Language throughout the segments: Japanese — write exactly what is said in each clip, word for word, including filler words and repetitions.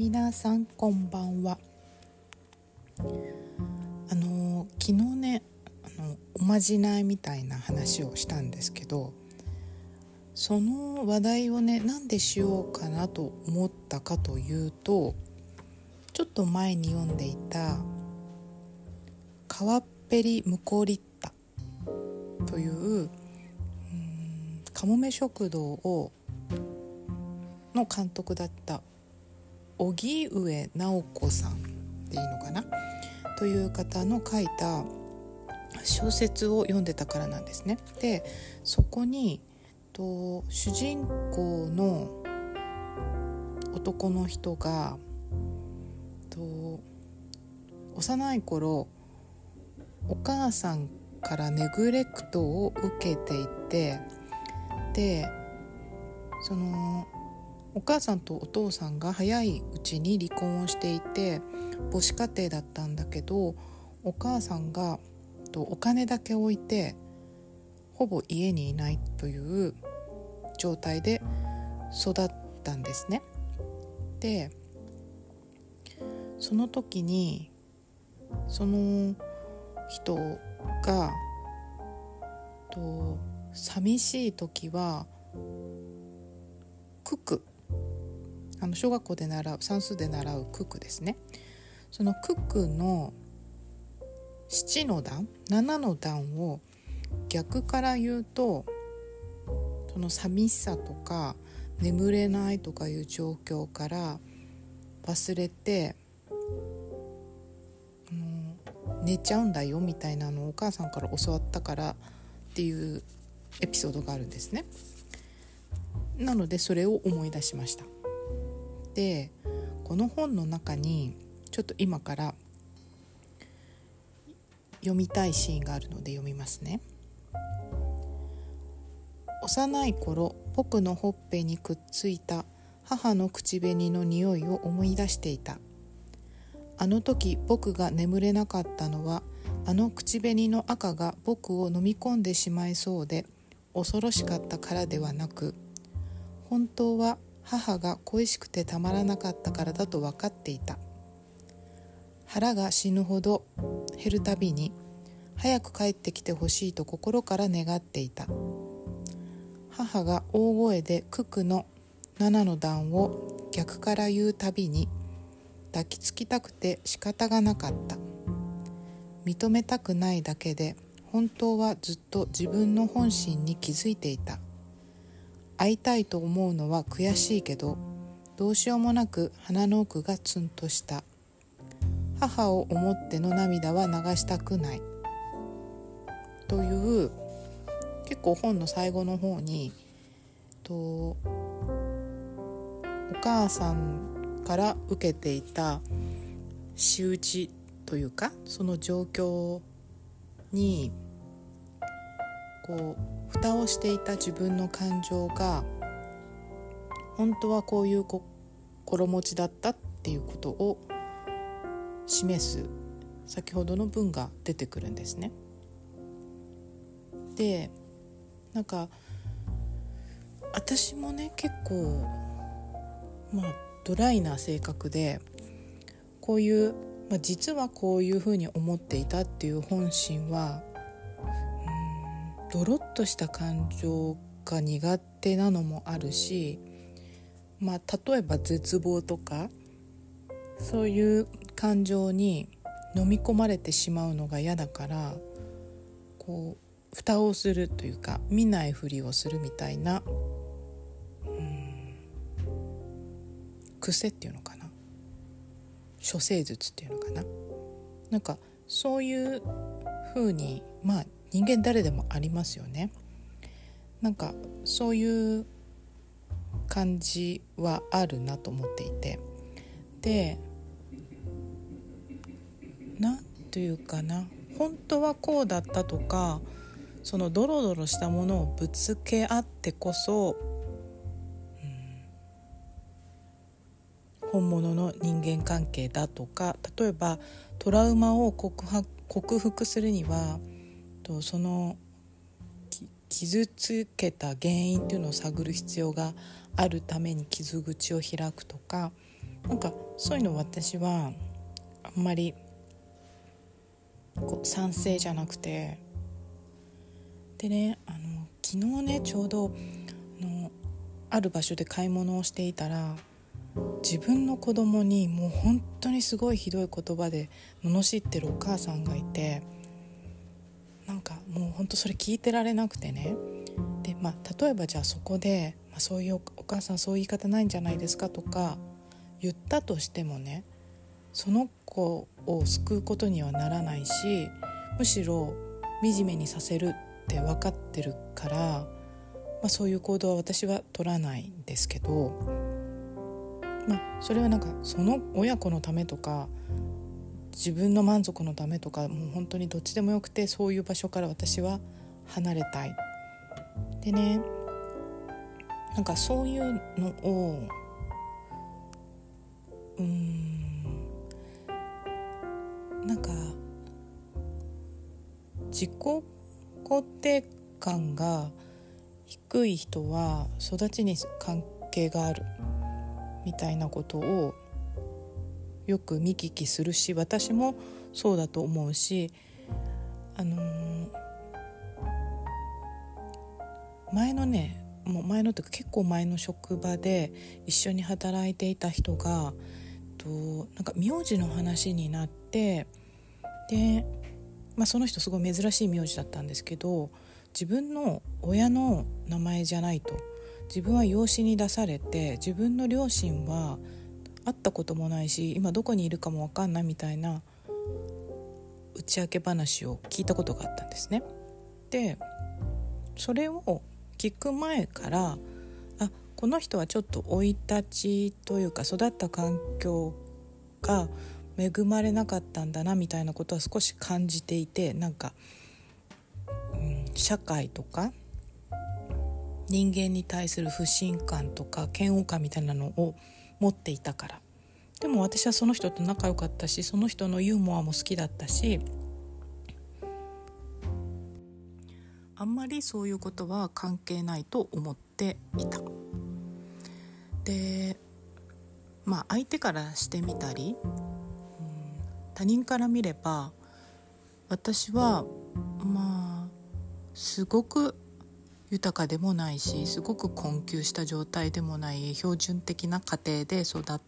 皆さんこんばんは。あの昨日ねあのおまじないみたいな話をしたんですけど、その話題をねなんでしようかなと思ったかというと、ちょっと前に読んでいた川っぺりムコリッタという、うーんかもめ食堂をの監督だった荻上直子さんでいいのかなという方の書いた小説を読んでたからなんですね。でそこにと主人公の男の人がと幼い頃お母さんからネグレクトを受けていて、でそのお母さんとお父さんが早いうちに離婚をしていて母子家庭だったんだけど、お母さんがとお金だけ置いてほぼ家にいないという状態で育ったんですね。でその時にその人がと寂しい時は九九あの小学校で習う算数で習う九九ですね。その九九の七の段七の段を逆から言うと、その寂しさとか眠れないとかいう状況から忘れて、うん、寝ちゃうんだよみたいなのをお母さんから教わったからっていうエピソードがあるんですね。なのでそれを思い出しました。でこの本の中にちょっと今から読みたいシーンがあるので読みますね。幼い頃僕のほっぺにくっついた母の口紅の匂いを思い出していた。あの時僕が眠れなかったのは、あの口紅の赤が僕を飲み込んでしまいそうで恐ろしかったからではなく、本当は母が恋しくてたまらなかったからだと分かっていた。腹が死ぬほど減るたびに早く帰ってきてほしいと心から願っていた。母が大声で九九の七の段を逆から言うたびに抱きつきたくて仕方がなかった。認めたくないだけで本当はずっと自分の本心に気づいていた。会いたいと思うのは悔しいけど、どうしようもなく鼻の奥がツンとした。母を思っての涙は流したくない。という結構本の最後の方にとお母さんから受けていた仕打ちというか、その状況にこう蓋をしていた自分の感情が本当はこういう心持ちだったっていうことを示す先ほどの文が出てくるんですね。でなんか私もね結構まあドライな性格で、こういう、まあ、実はこういうふうに思っていたっていう本心はドロッとした感情が苦手なのもあるし、まあ、例えば絶望とかそういう感情に飲み込まれてしまうのが嫌だから、こう蓋をするというか見ないふりをするみたいな、うーん癖っていうのかな、処世術っていうのかな、なんかそういう風にまあ人間誰でもありますよね。なんかそういう感じはあるなと思っていて、でなんというかな、本当はこうだったとか、そのドロドロしたものをぶつけ合ってこそ、うん、本物の人間関係だとか、例えばトラウマを克服、克服するにはとその傷つけた原因っていうのを探る必要があるために傷口を開くとか、 なんかそういうの私はあんまりこう賛成じゃなくて、でね、あの昨日ねちょうどあのある場所で買い物をしていたら、自分の子供にもう本当にすごいひどい言葉で罵ってるお母さんがいて、なんかもう本当それ聞いてられなくてね。で、まあ、例えばじゃあそこで、まあ、そういうお母さんそういう言い方ないんじゃないですかとか言ったとしてもね、その子を救うことにはならないし、むしろ惨めにさせるって分かってるから、まあ、そういう行動は私は取らないんですけど、まあ、それはなんかその親子のためとか自分の満足のためとか、もう本当にどっちでもよくて、そういう場所から私は離れたい。でね、なんかそういうのをうーんなんか自己肯定感が低い人は育ちに関係があるみたいなことをよく見聞きするし、私もそうだと思うし、あのー、前のねもう前のというか結構前の職場で一緒に働いていた人がとなんか名字の話になって、で、まあ、その人すごい珍しい名字だったんですけど、自分の親の名前じゃないと、自分は養子に出されて自分の両親は会ったこともないし今どこにいるかも分かんないみたいな打ち明け話を聞いたことがあったんですね。でそれを聞く前から、あ、この人はちょっと生い立ちというか育った環境が恵まれなかったんだなみたいなことは少し感じていて、なんか、うん、社会とか人間に対する不信感とか嫌悪感みたいなのを持っていたから。でも私はその人と仲良かったし、その人のユーモアも好きだったし、あんまりそういうことは関係ないと思っていた。で、まあ相手からしてみたり、うん、他人から見れば私はまあすごく豊かでもないし、すごく困窮した状態でもない標準的な家庭で育って、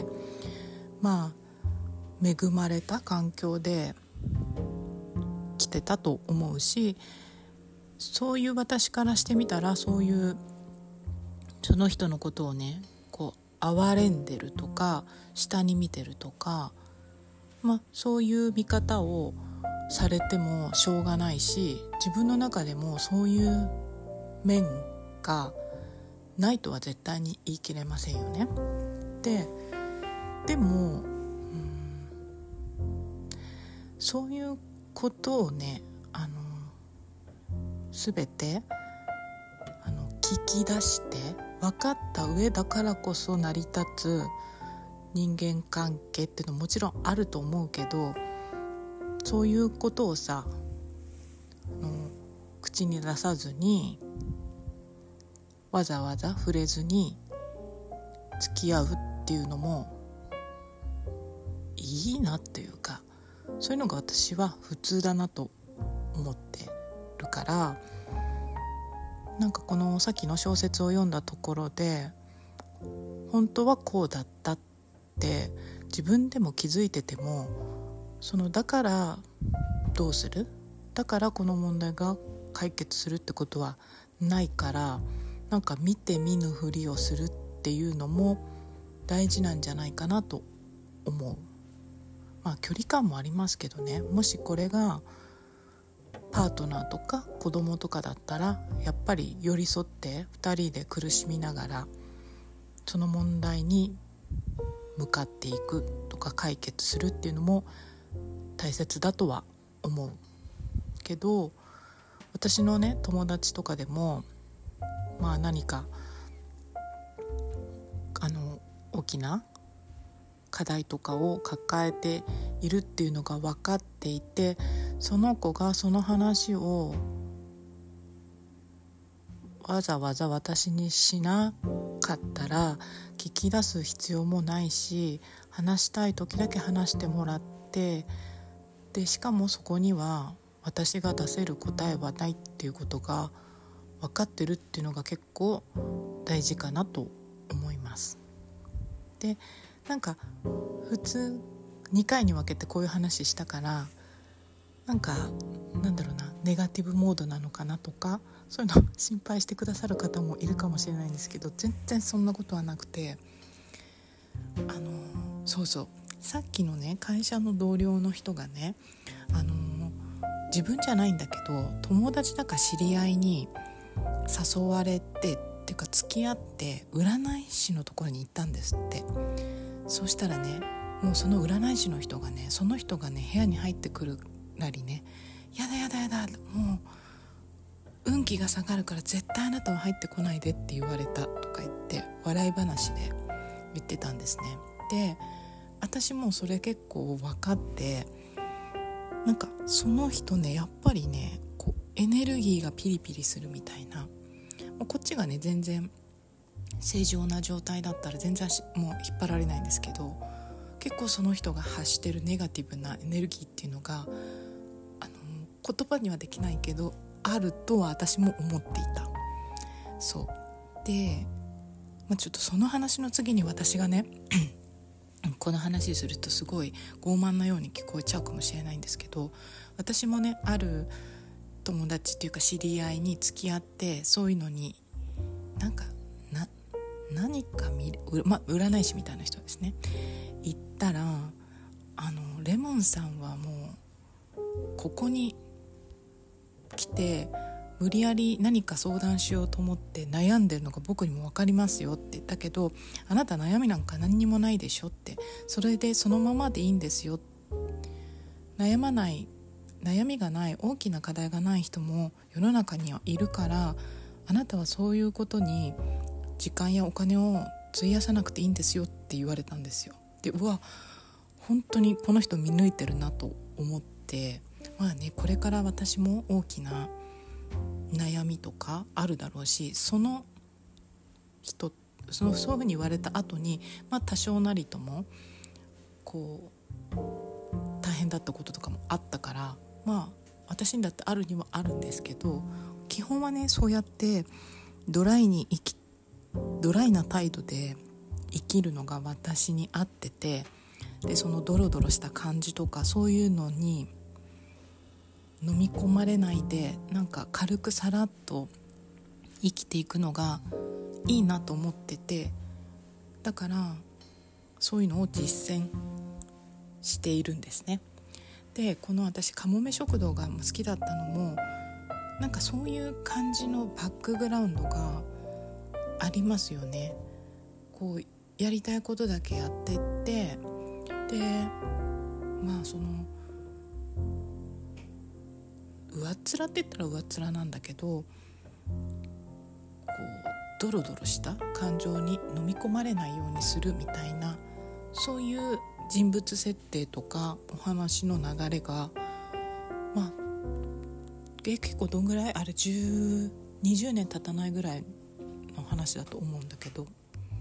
まあ恵まれた環境で来てたと思うし、そういう私からしてみたら、そういうその人のことをねこう憐れんでるとか下に見てるとか、まあそういう見方をされてもしょうがないし、自分の中でもそういう面がないとは絶対に言い切れませんよね。で、でも、うん、そういうことをね、あの全てあの聞き出して分かった上だからこそ成り立つ人間関係っていうのももちろんあると思うけど、そういうことをさ、あの口に出さずにわざわざ触れずに付き合うっていうのもいいなっていうか、そういうのが私は普通だなと思ってるから、なんかこのさっきの小説を読んだところで本当はこうだったって自分でも気づいてても、そのだからどうする、だからこの問題が解決するってことはないから、なんか見て見ぬふりをするっていうのも大事なんじゃないかなと思う。まあ距離感もありますけどね、もしこれがパートナーとか子供とかだったらやっぱり寄り添ってふたりで苦しみながらその問題に向かっていくとか解決するっていうのも大切だとは思うけど、私のね友達とかでもまあ何かあの大きな課題とかを抱えているっていうのが分かっていて、その子がその話をわざわざ私にしなかったら聞き出す必要もないし、話したい時だけ話してもらって、でしかもそこには私が出せる答えはないっていうことが分かってるっていうのが結構大事かなと思います。でなんか普通にかいに分けてこういう話したから、なんかなんだろうな、ネガティブモードなのかなとか、そういうの心配してくださる方もいるかもしれないんですけど、全然そんなことはなくて、あのそうそう、さっきのね会社の同僚の人がね、あの自分じゃないんだけど友達だか知り合いに誘われてっていうか付き合って占い師のところに行ったんですって。そうしたらね、もうその占い師の人がね、その人がね部屋に入ってくるなりね、やだやだやだ、もう運気が下がるから絶対あなたは入ってこないでって言われたとか言って笑い話で言ってたんですね。で私もそれ結構分かって、なんかその人ねやっぱりねこうエネルギーがピリピリするみたいな、こっちがね全然正常な状態だったら全然もう引っ張られないんですけど、結構その人が発してるネガティブなエネルギーっていうのが、あの言葉にはできないけどあるとは私も思っていた。そうで、まあ、ちょっとその話の次に私がねこの話するとすごい傲慢なように聞こえちゃうかもしれないんですけど、私もねある友達っていうか知り合いに付き合って、そういうのになんかな何か見る、ま、占い師みたいな人ですね、行ったら、あのレモンさんはもうここに来て無理やり何か相談しようと思って悩んでるのが僕にも分かりますよって言ったけど、あなた悩みなんか何にもないでしょって、それでそのままでいいんですよ、悩まない悩みがない大きな課題がない人も世の中にはいるから、あなたはそういうことに時間やお金を費やさなくていいんですよって言われたんですよ。で、うわ本当にこの人見抜いてるなと思って、まあねこれから私も大きな悩みとかあるだろうし、その人そのそういうふうに言われた後に、まあ多少なりともこう大変だったこととかもあったから、まあ私にだってあるにはあるんですけど、基本はねそうやってドライに生きドライな態度で生きるのが私に合ってて、でそのドロドロした感じとかそういうのに飲み込まれないで、なんか軽くさらっと生きていくのがいいなと思ってて、だからそういうのを実践しているんですね。でこの私かもめ食堂が好きだったのも、なんかそういう感じのバックグラウンドがありますよね。こうやりたいことだけやっていって、でまあその上っ面って言ったら上っ面なんだけど、こうドロドロした感情に飲み込まれないようにするみたいな、そういう人物設定とかお話の流れが、まあ結構どんぐらいあれじゅう、にじゅうねん経たないぐらいの話だと思うんだけど、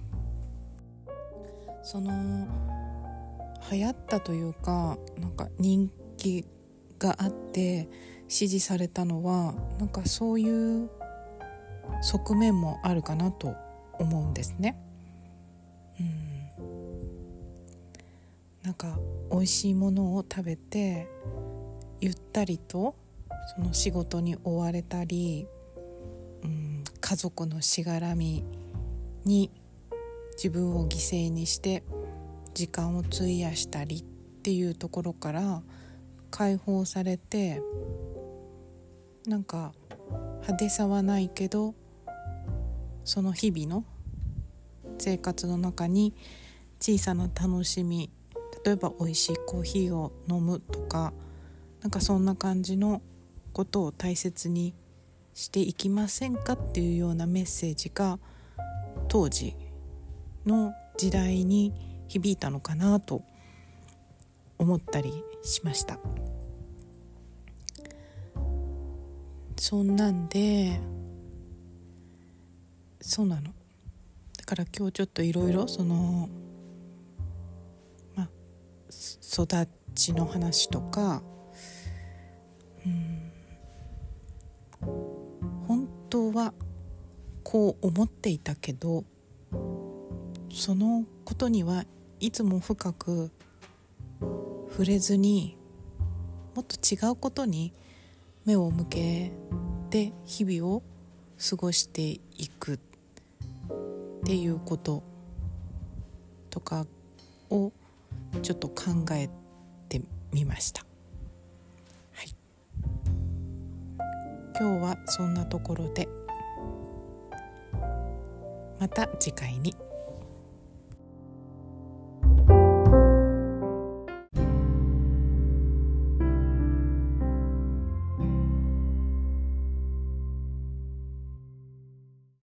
その流行ったというか、なんか人気があって支持されたのは、なんかそういう側面もあるかなと思うんですね。うん、なんか美味しいものを食べてゆったりとその仕事に追われたり、うん、家族のしがらみに自分を犠牲にして時間を費やしたりっていうところから解放されて、なんか派手さはないけどその日々の生活の中に小さな楽しみ、例えば美味しいコーヒーを飲むとか、なんかそんな感じのことを大切にしていきませんかっていうようなメッセージが当時の時代に響いたのかなと思ったりしました。そんなんでそうなのだから今日ちょっといろいろその、まあ、育ちの話とか、うん、本当はこう思っていたけどそのことにはいつも深く触れずにもっと違うことに目を向けて日々を過ごしていくっていうこととかをちょっと考えてみました。はい、今日はそんなところでまた次回に。